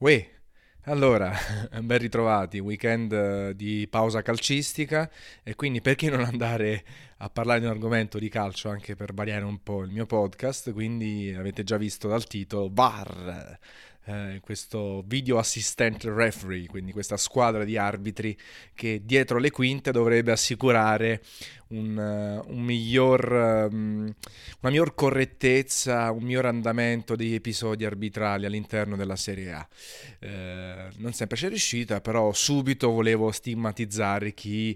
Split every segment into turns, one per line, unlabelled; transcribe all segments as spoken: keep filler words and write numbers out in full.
Uè, allora, ben ritrovati, weekend eh, di pausa calcistica e quindi perché non andare a parlare di un argomento di calcio anche per variare un po' il mio podcast, quindi avete già visto dal titolo V A R, eh, questo video assistant referee, quindi questa squadra di arbitri che dietro le quinte dovrebbe assicurare un, eh, un miglior, ehm, una miglior correttezza, un miglior andamento degli episodi arbitrali all'interno della Serie A. Eh, non sempre c'è riuscita, però subito volevo stigmatizzare chi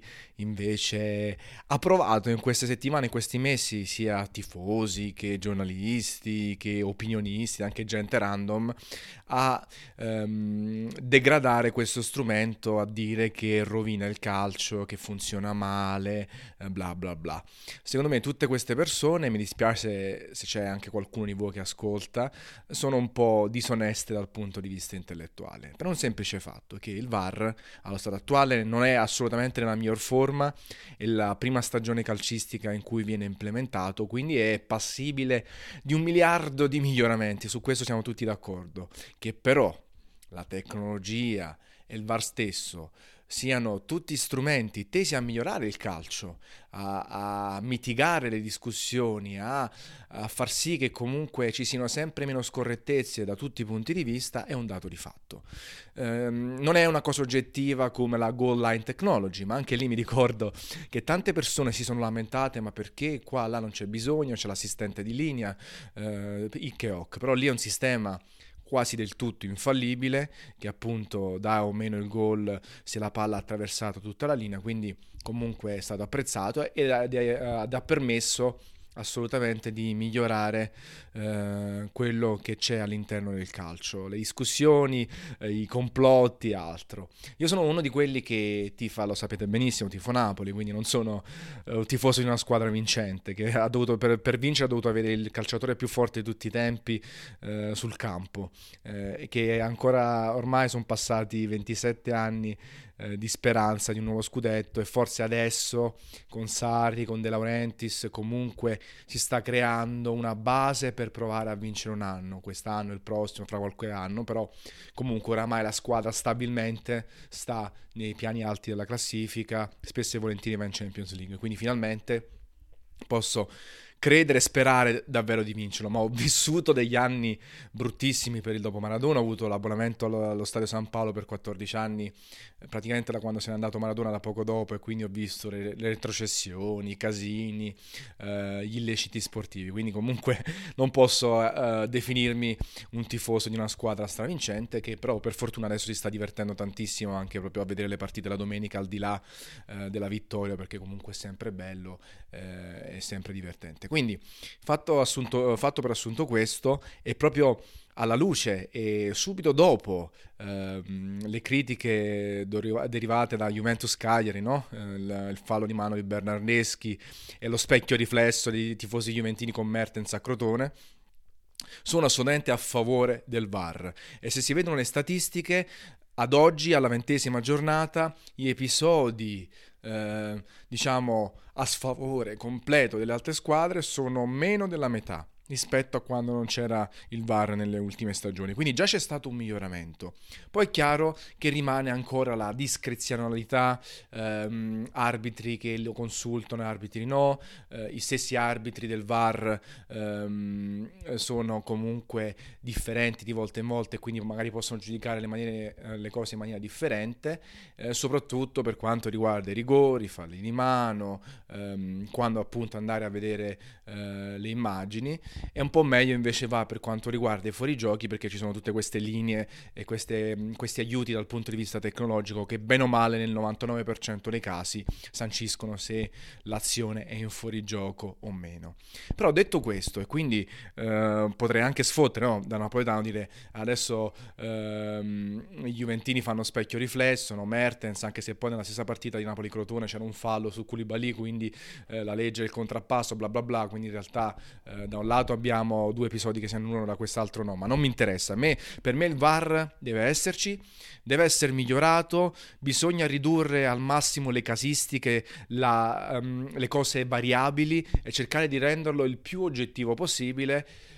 invece ha provato in queste settimane, in questi mesi, sia tifosi che giornalisti, che opinionisti, anche gente random, a ehm, degradare questo strumento, a dire che rovina il calcio, che funziona male, eh, bla bla bla. Secondo me tutte queste persone, mi dispiace se c'è anche qualcuno di voi che ascolta, sono un po' disoneste dal punto di vista intellettuale, per un semplice fatto che il V A R allo stato attuale non è assolutamente nella miglior forma, è la prima stagione calcistica in cui viene implementato, quindi è passibile di un miliardo di miglioramenti, su questo siamo tutti d'accordo, che però la tecnologia e il V A R stesso siano tutti strumenti tesi a migliorare il calcio, a, a mitigare le discussioni, a, a far sì che comunque ci siano sempre meno scorrettezze da tutti i punti di vista, è un dato di fatto. Ehm, non è una cosa oggettiva come la goal line technology, ma anche lì mi ricordo che tante persone si sono lamentate, ma perché qua là non c'è bisogno, c'è l'assistente di linea, eh, ic e oc, però lì è un sistema quasi del tutto infallibile, che appunto dà o meno il gol se la palla ha attraversato tutta la linea, quindi comunque è stato apprezzato ed ha, ed ha permesso assolutamente di migliorare eh, quello che c'è all'interno del calcio, le discussioni, eh, i complotti e altro. Io sono uno di quelli che tifa, lo sapete benissimo, tifo Napoli, quindi non sono eh, un tifoso di una squadra vincente, che ha dovuto, per, per vincere ha dovuto avere il calciatore più forte di tutti i tempi eh, sul campo, eh, che ancora ormai sono passati ventisette anni eh, di speranza di un nuovo scudetto e forse adesso con Sarri, con De Laurentiis comunque si sta creando una base per provare a vincere un anno, quest'anno, il prossimo, fra qualche anno, però comunque oramai la squadra stabilmente sta nei piani alti della classifica, spesso e volentieri va in Champions League, quindi finalmente posso credere e sperare davvero di vincerlo, ma ho vissuto degli anni bruttissimi per il dopo Maradona, ho avuto l'abbonamento allo, allo Stadio San Paolo per quattordici anni, praticamente da quando se n'è andato Maradona da poco dopo, e quindi ho visto le, le retrocessioni, i casini, eh, gli illeciti sportivi, quindi comunque non posso eh, definirmi un tifoso di una squadra stravincente, che però per fortuna adesso si sta divertendo tantissimo anche proprio a vedere le partite la domenica, al di là eh, della vittoria, perché comunque è sempre bello, eh, è sempre divertente. Quindi fatto, assunto, fatto per assunto questo, e proprio alla luce e subito dopo ehm, le critiche deriva- derivate da Juventus Cagliari, no? Eh, il, il fallo di mano di Bernardeschi e lo specchio riflesso dei tifosi juventini con Mertens a Crotone, sono assolutamente a favore del V A R, e se si vedono le statistiche, ad oggi, alla ventesima giornata, gli episodi, eh, diciamo, a sfavore completo delle altre squadre sono meno della metà rispetto a quando non c'era il V A R nelle ultime stagioni, quindi già c'è stato un miglioramento. Poi è chiaro che rimane ancora la discrezionalità, ehm, arbitri che lo consultano e arbitri no, eh, i stessi arbitri del V A R ehm, sono comunque differenti di volta in volta, e quindi magari possono giudicare le, maniere, eh, le cose in maniera differente, eh, soprattutto per quanto riguarda i rigori, falli di mano, ehm, quando appunto andare a vedere eh, le immagini. È un po' meglio invece va per quanto riguarda i fuorigiochi, perché ci sono tutte queste linee e queste, questi aiuti dal punto di vista tecnologico che bene o male nel novantanove per cento dei casi sanciscono se l'azione è in fuorigioco o meno. Però detto questo, e quindi eh, potrei anche sfottere, no? Da napoletano, dire adesso ehm, i juventini fanno specchio riflesso, no? Mertens, anche se poi nella stessa partita di Napoli-Crotone c'era un fallo su Koulibaly, quindi eh, la legge del contrappasso, bla bla bla, quindi in realtà eh, da un lato abbiamo due episodi che si annullano, da quest'altro no, ma non mi interessa. A me, per me il V A R deve esserci, deve essere migliorato, bisogna ridurre al massimo le casistiche, la, um, le cose variabili, e cercare di renderlo il più oggettivo possibile.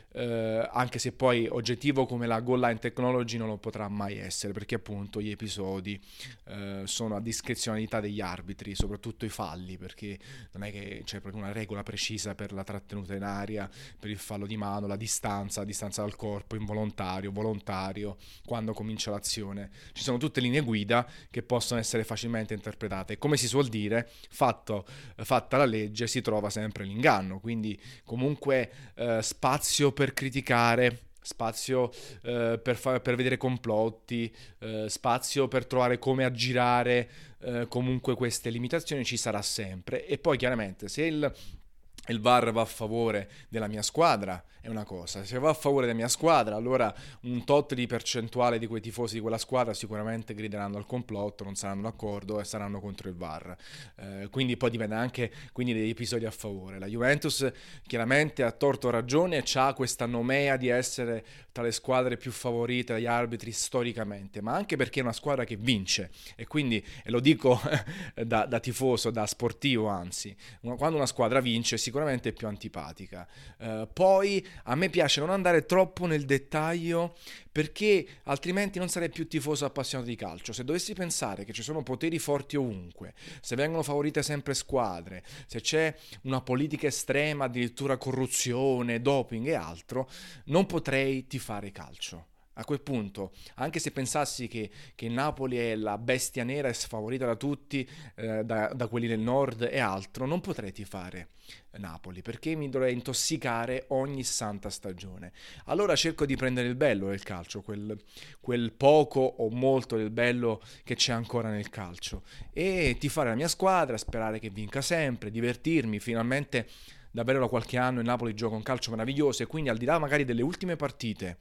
eh, anche se poi oggettivo come la goal line technology non lo potrà mai essere, perché appunto gli episodi eh, sono a discrezionalità degli arbitri, soprattutto i falli, perché non è che c'è proprio una regola precisa per la trattenuta in aria, per il fallo di mano, la distanza, la distanza dal corpo, involontario, volontario, quando comincia l'azione. Ci sono tutte linee guida che possono essere facilmente interpretate. Come si suol dire, fatto, fatta la legge si trova sempre l'inganno, quindi comunque eh, spazio per criticare, spazio eh, per, fa- per vedere complotti, eh, spazio per trovare come aggirare eh, comunque queste limitazioni ci sarà sempre. E poi chiaramente se il il V A R va a favore della mia squadra è una cosa, se va a favore della mia squadra allora un tot di percentuale di quei tifosi di quella squadra sicuramente grideranno al complotto, non saranno d'accordo e saranno contro il V A R, eh, quindi poi dipende anche quindi degli episodi a favore. La Juventus chiaramente ha torto o ragione, ha questa nomea di essere tra le squadre più favorite dagli arbitri storicamente, ma anche perché è una squadra che vince e quindi, e lo dico da, da tifoso, da sportivo anzi, quando una squadra vince sicuramente è più antipatica. Uh, poi a me piace non andare troppo nel dettaglio perché altrimenti non sarei più tifoso appassionato di calcio. Se dovessi pensare che ci sono poteri forti ovunque, se vengono favorite sempre squadre, se c'è una politica estrema, addirittura corruzione, doping e altro, non potrei tifare calcio. A quel punto, anche se pensassi che, che Napoli è la bestia nera e sfavorita da tutti, eh, da, da quelli del nord e altro, non potrei tifare Napoli, perché mi dovrei intossicare ogni santa stagione. Allora cerco di prendere il bello del calcio, quel, quel poco o molto del bello che c'è ancora nel calcio, e tifare la mia squadra, sperare che vinca sempre, divertirmi, finalmente davvero da qualche anno il Napoli gioca un calcio meraviglioso e quindi al di là magari delle ultime partite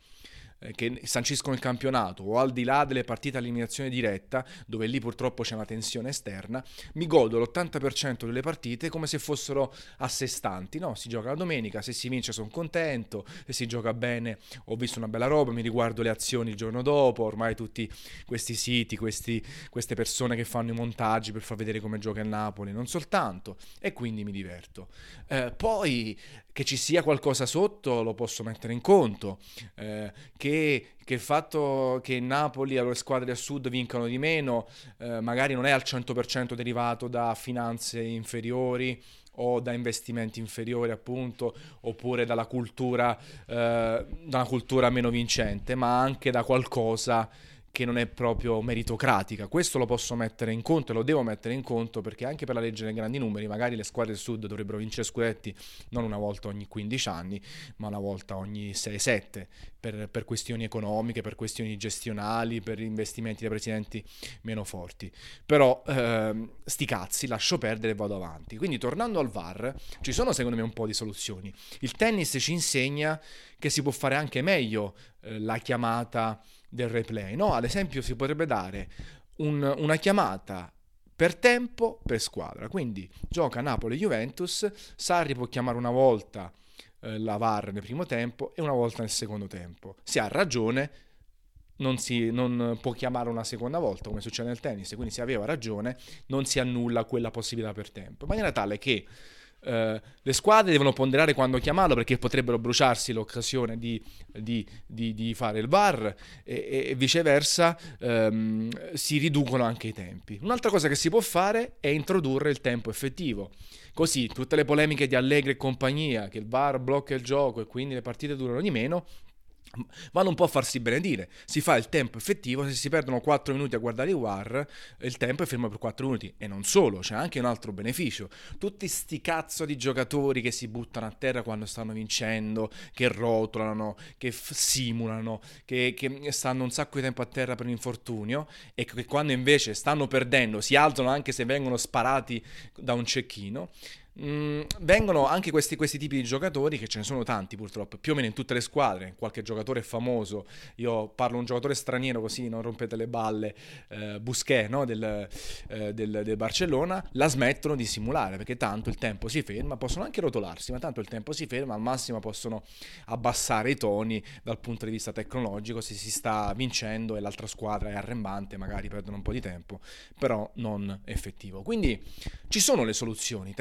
che sanciscono il campionato o al di là delle partite a eliminazione diretta dove lì purtroppo c'è una tensione esterna, mi godo l'ottanta per cento delle partite come se fossero a sé stanti, no? Si gioca la domenica, se si vince sono contento, se si gioca bene ho visto una bella roba, mi riguardo le azioni il giorno dopo, ormai tutti questi siti, questi, queste persone che fanno i montaggi per far vedere come gioca il Napoli, non soltanto, e quindi mi diverto. Eh, poi che ci sia qualcosa sotto lo posso mettere in conto, eh, che, che il fatto che Napoli e le squadre del sud vincano di meno eh, magari non è al cento per cento derivato da finanze inferiori o da investimenti inferiori appunto, oppure dalla cultura, eh, da una cultura meno vincente, ma anche da qualcosa che non è proprio meritocratica. Questo lo posso mettere in conto e lo devo mettere in conto perché anche per la legge dei grandi numeri magari le squadre del sud dovrebbero vincere scudetti non una volta ogni quindici anni ma una volta ogni sei sette per, per questioni economiche, per questioni gestionali, per investimenti dei presidenti meno forti. Però ehm, sti cazzi, lascio perdere e vado avanti. Quindi tornando al V A R ci sono secondo me un po' di soluzioni. Il tennis ci insegna che si può fare anche meglio eh, la chiamata del replay, no? Ad esempio si potrebbe dare un, una chiamata per tempo per squadra, quindi gioca Napoli-Juventus, Sarri può chiamare una volta eh, la V A R nel primo tempo e una volta nel secondo tempo. Se ha ragione non, si, non può chiamare una seconda volta come succede nel tennis, quindi se aveva ragione non si annulla quella possibilità per tempo, in maniera tale che Uh, le squadre devono ponderare quando chiamarlo perché potrebbero bruciarsi l'occasione di, di, di, di fare il V A R e, e viceversa um, si riducono anche i tempi. Un'altra cosa che si può fare è introdurre il tempo effettivo, così tutte le polemiche di Allegri e compagnia che il V A R blocca il gioco e quindi le partite durano di meno vanno un po' a farsi benedire. Si fa il tempo effettivo, se si perdono quattro minuti a guardare i V A R il tempo è fermo per quattro minuti. E non solo, c'è anche un altro beneficio: tutti sti cazzo di giocatori che si buttano a terra quando stanno vincendo, che rotolano, che f- simulano, che, che stanno un sacco di tempo a terra per un infortunio e che quando invece stanno perdendo si alzano anche se vengono sparati da un cecchino. Mm, vengono anche questi, questi tipi di giocatori, che ce ne sono tanti purtroppo, più o meno in tutte le squadre. Qualche giocatore famoso, io parlo un giocatore straniero così non rompete le balle, eh, Busquets, no? del, eh, del, del Barcellona, la smettono di simulare perché tanto il tempo si ferma, possono anche rotolarsi ma tanto il tempo si ferma, al massimo possono abbassare i toni dal punto di vista tecnologico se si sta vincendo e l'altra squadra è arrembante, magari perdono un po' di tempo però non effettivo. Quindi ci sono le soluzioni: tempo effettivo,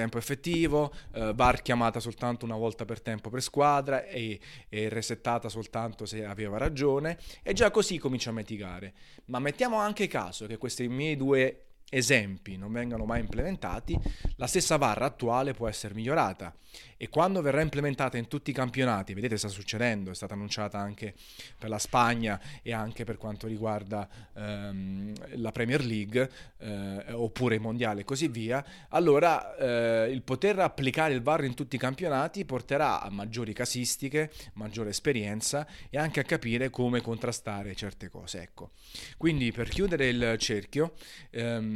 oggettivo, eh, V A R chiamata soltanto una volta per tempo per squadra e, e resettata soltanto se aveva ragione, e già così comincia a mitigare. Ma mettiamo anche caso che questi miei due esempi non vengano mai implementati, la stessa V A R attuale può essere migliorata, e quando verrà implementata in tutti i campionati, vedete sta succedendo, è stata annunciata anche per la Spagna e anche per quanto riguarda ehm, la Premier League eh, oppure i mondiali e così via, allora eh, il poter applicare il V A R in tutti i campionati porterà a maggiori casistiche, maggiore esperienza e anche a capire come contrastare certe cose. Ecco, quindi per chiudere il cerchio, ehm,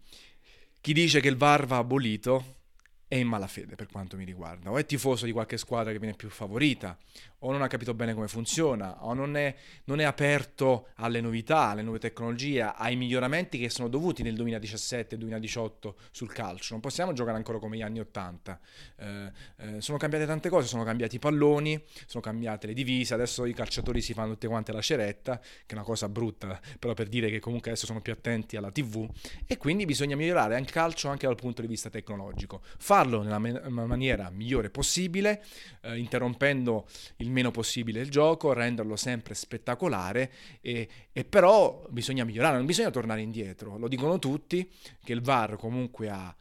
chi dice che il V A R va abolito è in malafede per quanto mi riguarda, o è tifoso di qualche squadra che viene più favorita, o non ha capito bene come funziona, o non è, non è aperto alle novità, alle nuove tecnologie, ai miglioramenti che sono dovuti nel duemiladiciassette duemiladiciotto sul calcio. Non possiamo giocare ancora come gli anni ottanta. Eh, eh, sono cambiate tante cose, sono cambiati i palloni, sono cambiate le divise, adesso i calciatori si fanno tutte quante la ceretta, che è una cosa brutta, però per dire che comunque adesso sono più attenti alla tivù, e quindi bisogna migliorare anche il calcio anche dal punto di vista tecnologico. Farlo nella me- maniera migliore possibile, eh, interrompendo il meno possibile il gioco, renderlo sempre spettacolare, e, e però bisogna migliorare, non bisogna tornare indietro. Lo dicono tutti che il V A R comunque ha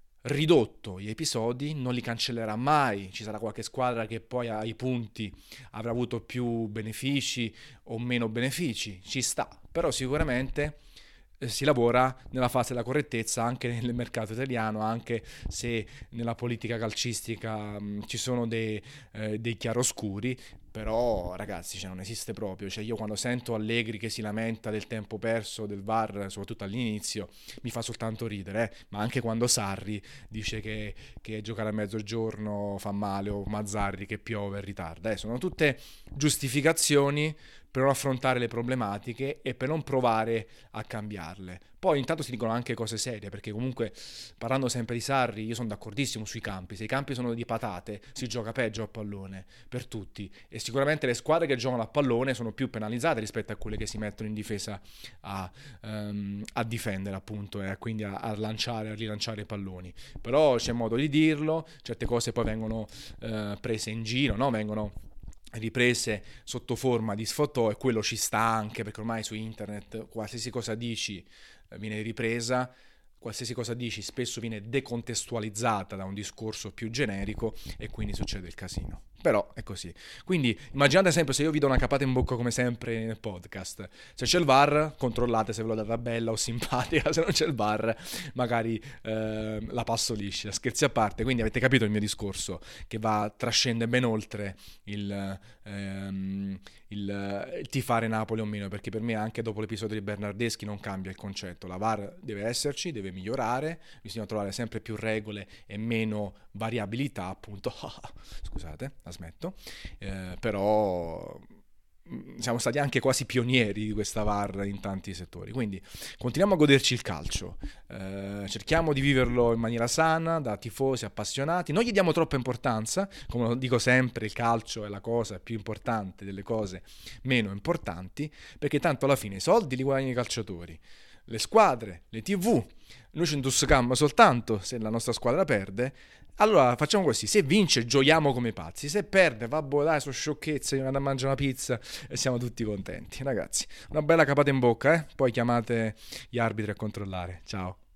ridotto gli episodi, non li cancellerà mai, ci sarà qualche squadra che poi ai punti avrà avuto più benefici o meno benefici, ci sta, però sicuramente si lavora nella fase della correttezza anche nel mercato italiano, anche se nella politica calcistica mh, ci sono dei, eh, dei chiaroscuri, però ragazzi, cioè, non esiste proprio. Cioè, io quando sento Allegri che si lamenta del tempo perso del V A R, soprattutto all'inizio, mi fa soltanto ridere, eh? Ma anche quando Sarri dice che, che giocare a mezzogiorno fa male, o Mazzarri che piove e ritarda, eh, sono tutte giustificazioni per non affrontare le problematiche e per non provare a cambiarle. Poi intanto si dicono anche cose serie, perché comunque, parlando sempre di Sarri, io sono d'accordissimo sui campi. Se i campi sono di patate, si gioca peggio a pallone per tutti, e sicuramente le squadre che giocano a pallone sono più penalizzate rispetto a quelle che si mettono in difesa a, um, a difendere, appunto, e quindi a, a lanciare, a rilanciare i palloni. Però c'è modo di dirlo, certe cose poi vengono uh, prese in giro, no? Vengono riprese sotto forma di sfottò, e quello ci sta anche perché ormai su internet qualsiasi cosa dici viene ripresa, qualsiasi cosa dici spesso viene decontestualizzata da un discorso più generico, e quindi succede il casino. Però è così. Quindi immaginate sempre, se io vi do una capata in bocca come sempre nel podcast, se c'è il V A R controllate se ve l'ho data bella o simpatica, se non c'è il V A R magari eh, la passo liscia. Scherzi a parte, quindi avete capito il mio discorso, che va trascende ben oltre il, ehm, il, il tifare Napoli o meno, perché per me anche dopo l'episodio di Bernardeschi non cambia il concetto. La V A R deve esserci, deve migliorare, bisogna trovare sempre più regole e meno variabilità, appunto. Scusate, la smetto. Eh, però siamo stati anche quasi pionieri di questa V A R in tanti settori, quindi continuiamo a goderci il calcio, eh, cerchiamo di viverlo in maniera sana, da tifosi appassionati, non gli diamo troppa importanza, come lo dico sempre, il calcio è la cosa più importante delle cose meno importanti, perché tanto alla fine i soldi li guadagnano i calciatori, le squadre, le tivù, noi ci intossichiamo soltanto se la nostra squadra perde. Allora facciamo così: se vince gioiamo come pazzi, se perde vabbè dai, sono sciocchezze, io vado a mangiare una pizza e siamo tutti contenti. Ragazzi, una bella capata in bocca, eh? Poi chiamate gli arbitri a controllare. Ciao.